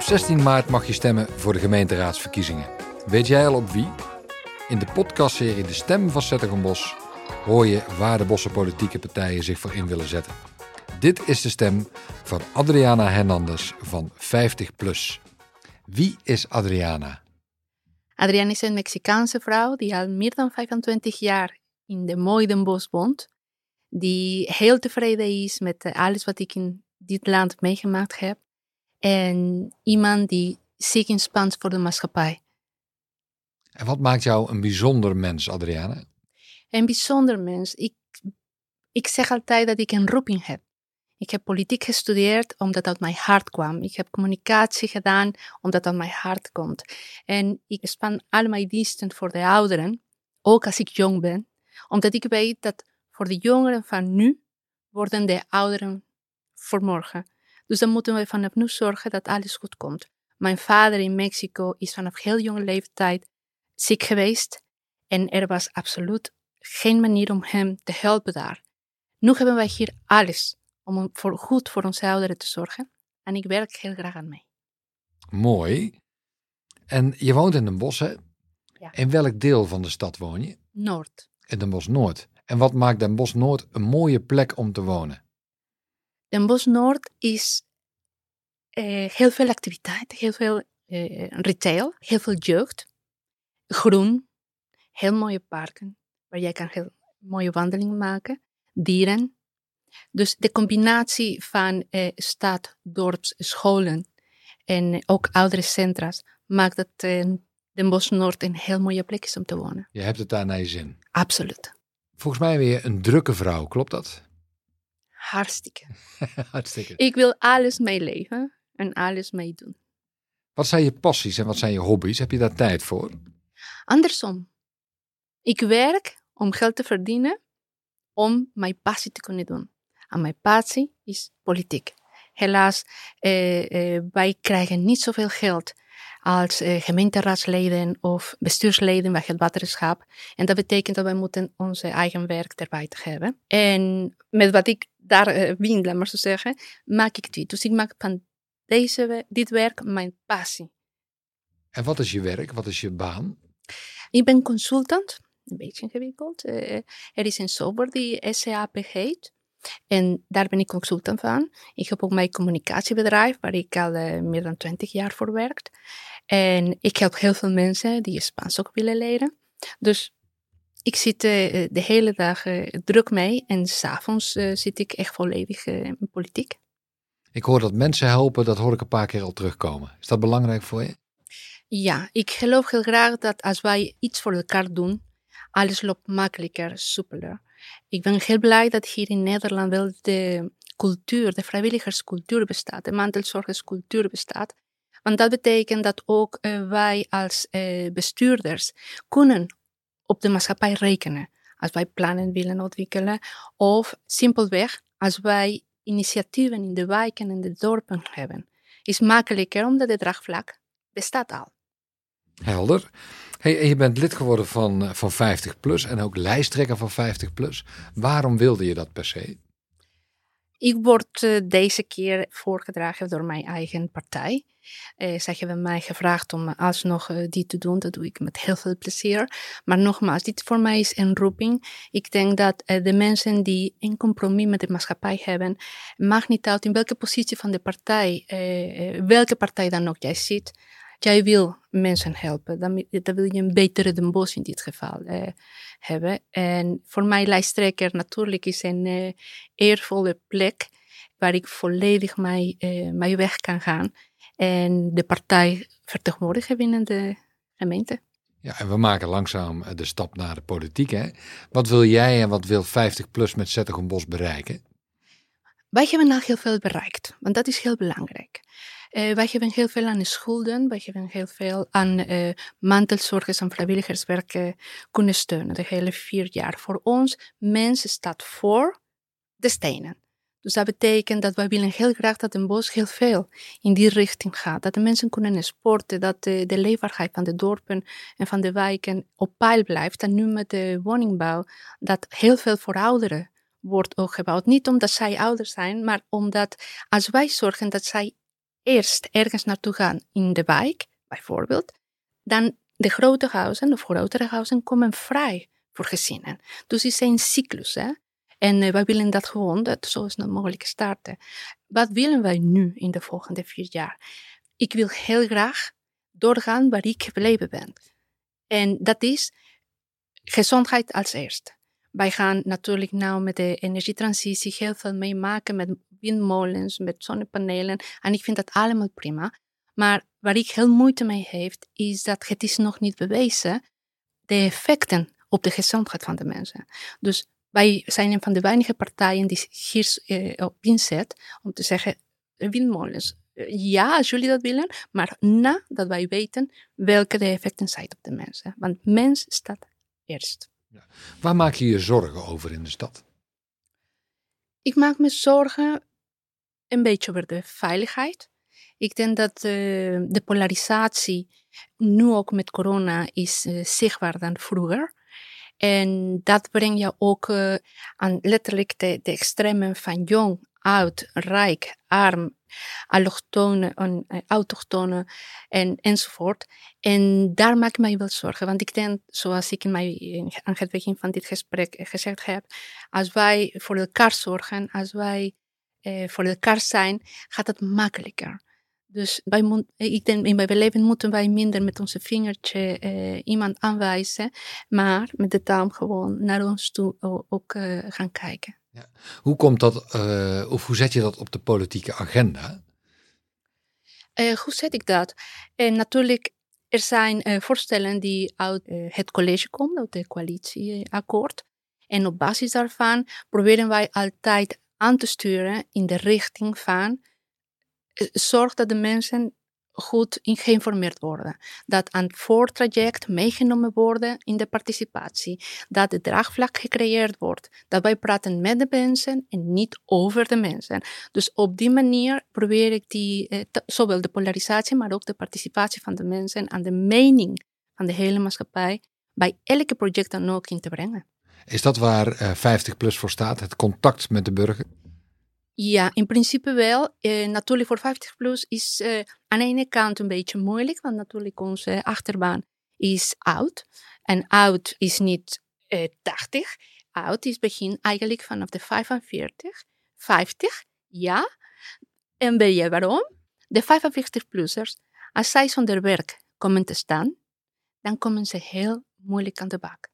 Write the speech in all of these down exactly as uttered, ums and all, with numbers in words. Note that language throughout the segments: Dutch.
zestien maart mag je stemmen voor de gemeenteraadsverkiezingen. Weet jij al op wie? In de podcastserie De Stem van 's-Hertogenbosch hoor je waar de Bosse politieke partijen zich voor in willen zetten. Dit is de stem van Adriana Hernandez van vijftig plus. Wie is Adriana? Adriana is een Mexicaanse vrouw die al meer dan vijfentwintig jaar in de mooie Den Bosch woont. Die heel tevreden is met alles wat ik in dit land meegemaakt heb. En iemand die zich inspant voor de maatschappij. En wat maakt jou een bijzonder mens, Adriana? Een bijzonder mens. Ik, ik zeg altijd dat ik een roeping heb. Ik heb politiek gestudeerd omdat dat uit mijn hart kwam. Ik heb communicatie gedaan omdat dat uit mijn hart komt. En ik span al mijn diensten voor de ouderen, ook als ik jong ben. Omdat ik weet dat voor de jongeren van nu worden de ouderen voor morgen. Dus dan moeten we vanaf nu zorgen dat alles goed komt. Mijn vader in Mexico is vanaf heel jonge leeftijd ziek geweest. En er was absoluut geen manier om hem te helpen daar. Nu hebben wij hier alles om voor, goed voor onze ouderen te zorgen. En ik werk heel graag aan mee. Mooi. En je woont in Den Bosch, hè? Ja. In welk deel van de stad woon je? Noord. In Den Bosch Noord. En wat maakt Den Bosch Noord een mooie plek om te wonen? Den Bosch Noord is uh, heel veel activiteit, heel veel uh, retail, heel veel jeugd, groen, heel mooie parken, waar jij kan heel mooie wandelingen maken, dieren. Dus de combinatie van uh, stad, dorps, scholen en ook oudere centra's maakt dat uh, Den Bosch Noord een heel mooie plek is om te wonen. Je hebt het daar naar je zin? Absoluut. Volgens mij ben je een drukke vrouw, klopt dat? Hartstikke. Hartstikke. Ik wil alles meeleven en alles meedoen. Wat zijn je passies en wat zijn je hobby's? Heb je daar tijd voor? Andersom. Ik werk om geld te verdienen om mijn passie te kunnen doen. En mijn passie is politiek. Helaas, eh, eh, wij krijgen niet zoveel geld als eh, gemeenteraadsleden of bestuursleden bij het waterschap. En dat betekent dat wij moeten onze eigen werk erbij te hebben. En met wat ik daar uh, win, laat maar zo zeggen, maak ik dit. Dus ik maak van deze, dit werk mijn passie. En wat is je werk? Wat is je baan? Ik ben consultant. Een beetje ingewikkeld. Uh, er is een software die S A P heet. En daar ben ik consultant van. Ik heb ook mijn communicatiebedrijf, waar ik al uh, meer dan twintig jaar voor werk. En ik help heel veel mensen die Spaans ook willen leren. Dus ik zit uh, de hele dag uh, druk mee. En 's avonds uh, zit ik echt volledig uh, in politiek. Ik hoor dat mensen helpen, dat hoor ik een paar keer al terugkomen. Is dat belangrijk voor je? Ja, ik geloof heel graag dat als wij iets voor elkaar doen, alles loopt makkelijker, soepeler. Ik ben heel blij dat hier in Nederland wel de cultuur, de vrijwilligerscultuur bestaat, de mantelzorgerscultuur bestaat. Want dat betekent dat ook uh, wij als uh, bestuurders kunnen op de maatschappij rekenen. Als wij plannen willen ontwikkelen of simpelweg als wij initiatieven in de wijken en de dorpen hebben. Is makkelijker omdat het draagvlak bestaat al. Helder. Hey, en je bent lid geworden van, van vijftig plus en ook lijsttrekker van vijftig plus. Waarom wilde je dat per se? Ik word uh, deze keer voorgedragen door mijn eigen partij. Uh, zij hebben mij gevraagd om alsnog uh, dit te doen. Dat doe ik met heel veel plezier. Maar nogmaals, dit voor mij is een roeping. Ik denk dat uh, de mensen die een compromis met de maatschappij hebben, maakt niet uit in welke positie van de partij, uh, uh, welke partij dan ook jij zit. Jij wil mensen helpen, dan, dan wil je een betere Den Bosch in dit geval uh, hebben. En voor mij lijsttrekker natuurlijk is een uh, eervolle plek waar ik volledig mijn, uh, mijn weg kan gaan en de partij vertegenwoordigen binnen de gemeente. Ja, en we maken langzaam de stap naar de politiek, hè? Wat wil jij en wat wil vijftig plus met 's-Hertogenbosch bereiken? Wij hebben al heel veel bereikt, want dat is heel belangrijk. Uh, wij hebben heel veel aan schulden, wij hebben heel veel aan uh, mantelzorgers en vrijwilligerswerk uh, kunnen steunen, de hele vier jaar. Voor ons, mensen staat voor de stenen. Dus dat betekent dat wij willen heel graag dat Den Bosch heel veel in die richting gaat. Dat de mensen kunnen sporten, dat de, de leefbaarheid van de dorpen en van de wijken op peil blijft. En nu met de woningbouw, dat heel veel voor ouderen wordt ook gebouwd. Niet omdat zij ouder zijn, maar omdat als wij zorgen dat zij eerst ergens naartoe gaan in de wijk, bijvoorbeeld, dan de grote huizen of grotere huizen komen vrij voor gezinnen. Dus het is een cyclus. Hè? En uh, wij willen dat gewoon dat zo snel mogelijk starten. Wat willen wij nu in de volgende vier jaar? Ik wil heel graag doorgaan waar ik gebleven ben. En dat is gezondheid als eerste. Wij gaan natuurlijk nou met de energietransitie heel veel meemaken met windmolens, met zonnepanelen. En ik vind dat allemaal prima. Maar waar ik heel moeite mee heb, is dat het is nog niet bewezen de effecten op de gezondheid van de mensen. Dus wij zijn een van de weinige partijen die hier uh, op inzet om te zeggen, windmolens, uh, ja, als jullie dat willen, maar nadat wij weten welke de effecten zijn op de mensen. Want mens staat eerst. Ja. Waar maak je je zorgen over in de stad? Ik maak me zorgen een beetje over de veiligheid. Ik denk dat uh, de polarisatie nu ook met corona is uh, zichtbaar dan vroeger. En dat brengt je ook uh, aan letterlijk de, de extremen van jong, oud, rijk, arm, allochtonen, en, uh, autochtonen en, enzovoort. En daar maak ik mij wel zorgen. Want ik denk, zoals ik in mijn, aan het begin van dit gesprek gezegd heb, als wij voor elkaar zorgen, als wij uh, voor elkaar zijn, gaat het makkelijker. Dus wij moet, ik denk, in mijn leven moeten wij minder met onze vingertje uh, iemand aanwijzen, maar met de duim gewoon naar ons toe ook uh, gaan kijken. Ja. Hoe komt dat, uh, of hoe zet je dat op de politieke agenda? Uh, hoe zet ik dat? En natuurlijk, er zijn uh, voorstellen die uit uh, het college komen, uit het coalitieakkoord. En op basis daarvan proberen wij altijd aan te sturen in de richting van zorg dat de mensen goed geïnformeerd worden. Dat aan het voortraject meegenomen worden in de participatie. Dat het draagvlak gecreëerd wordt. Dat wij praten met de mensen en niet over de mensen. Dus op die manier probeer ik die, eh, t- zowel de polarisatie, maar ook de participatie van de mensen aan de mening van de hele maatschappij bij elke project dan ook in te brengen. Is dat waar uh, vijftig plus voor staat, het contact met de burger? Ja, in principe wel. Uh, natuurlijk voor vijftig plus is uh, aan de ene kant een beetje moeilijk, want natuurlijk onze achterbaan is oud. En oud is niet uh, tachtig. Oud is begin eigenlijk vanaf de vijfenveertig, vijftig, ja. En weet je waarom? De vijfenveertig-plussers, als zij zonder werk komen te staan, dan komen ze heel moeilijk aan de bak.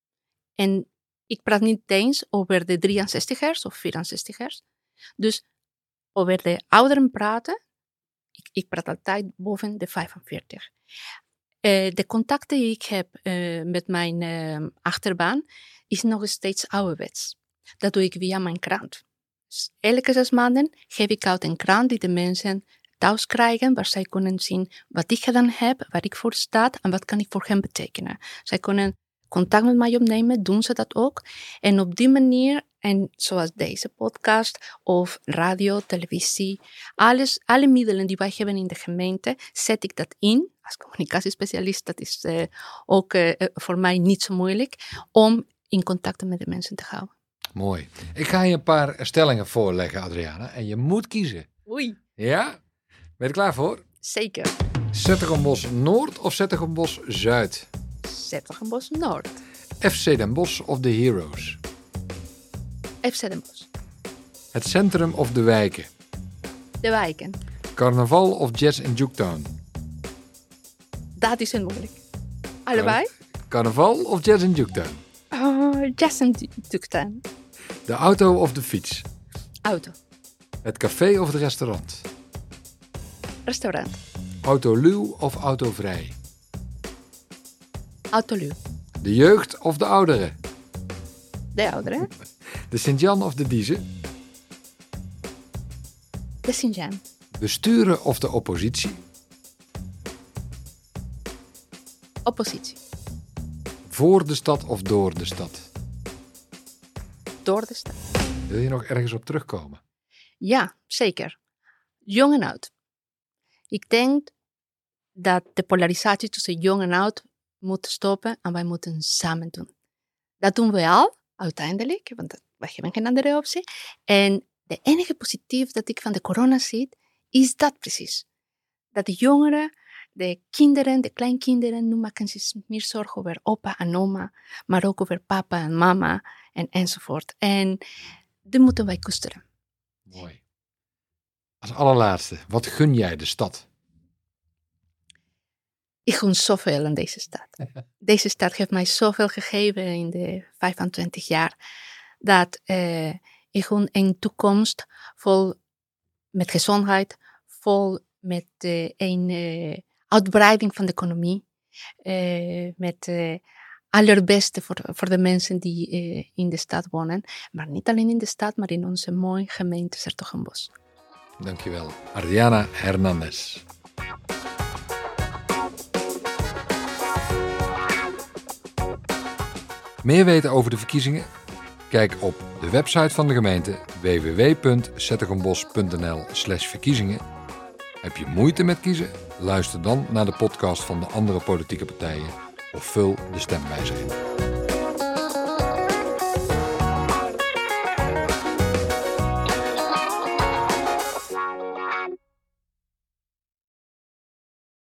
En ik praat niet eens over de drieënzestigers of vierenzestigers. Dus over de ouderen praten, ik, ik praat altijd boven de vijfenveertig. Uh, de contacten die ik heb uh, met mijn uh, achterbaan is nog steeds ouderwets. Dat doe ik via mijn krant. Dus elke zes maanden geef ik uit een krant die de mensen thuis krijgen, waar zij kunnen zien wat ik gedaan heb, waar ik voor sta en wat kan ik voor hen betekenen. Zij kunnen contact met mij opnemen, doen ze dat ook. En op die manier, en zoals deze podcast of radio, televisie, alles, alle middelen die wij hebben in de gemeente, zet ik dat in. Als communicatiespecialist, dat is uh, ook uh, voor mij niet zo moeilijk, om in contact met de mensen te houden. Mooi. Ik ga je een paar stellingen voorleggen, Adriana, en je moet kiezen. Oei. Ja? Ben je er klaar voor? Zeker. Zettergenbos Noord of Zettergenbos Zuid? Zettergenbos Noord. F C Den Bosch of de Heroes? F C Den Bosch. Het centrum of de wijken? De wijken. Carnaval of jazz in Juketown? Dat is een moeilijk. Allebei? Carnaval of jazz in Juketown? Uh, jazz in Juketown. De auto of de fiets? Auto. Het café of het restaurant? Restaurant. Autoluw of autovrij? Autoluw. De jeugd of de ouderen? De ouderen. De Sint-Jan of de Diezen? De Sint-Jan. Besturen of de oppositie? Oppositie. Voor de stad of door de stad? Door de stad. Wil je nog ergens op terugkomen? Ja, zeker. Jong en oud. Ik denk dat de polarisatie tussen jong en oud moet stoppen en wij moeten samen doen. Dat doen we al, uiteindelijk, want we hebben geen andere optie. En de enige positief dat ik van de corona zie, is dat precies. Dat de jongeren, de kinderen, de kleinkinderen, nu maken zich meer zorgen over opa en oma, maar ook over papa en mama en enzovoort. En dat moeten wij koesteren. Mooi. Als allerlaatste, wat gun jij de stad? Ik gun zoveel aan deze stad. Deze stad heeft mij zoveel gegeven in de vijfentwintig jaar, dat uh, ik gun een toekomst vol met gezondheid, vol met uh, een uh, uitbreiding van de economie, uh, met uh, allerbeste voor, voor de mensen die uh, in de stad wonen. Maar niet alleen in de stad, maar in onze mooie gemeente 's-Hertogenbosch. Dankjewel, Adriana Hernandez. Meer weten over de verkiezingen? Kijk op de website van de gemeente w w w punt zettergenbosch punt n l slash verkiezingen. Heb je moeite met kiezen? Luister dan naar de podcast van de andere politieke partijen of vul de stemwijzer in.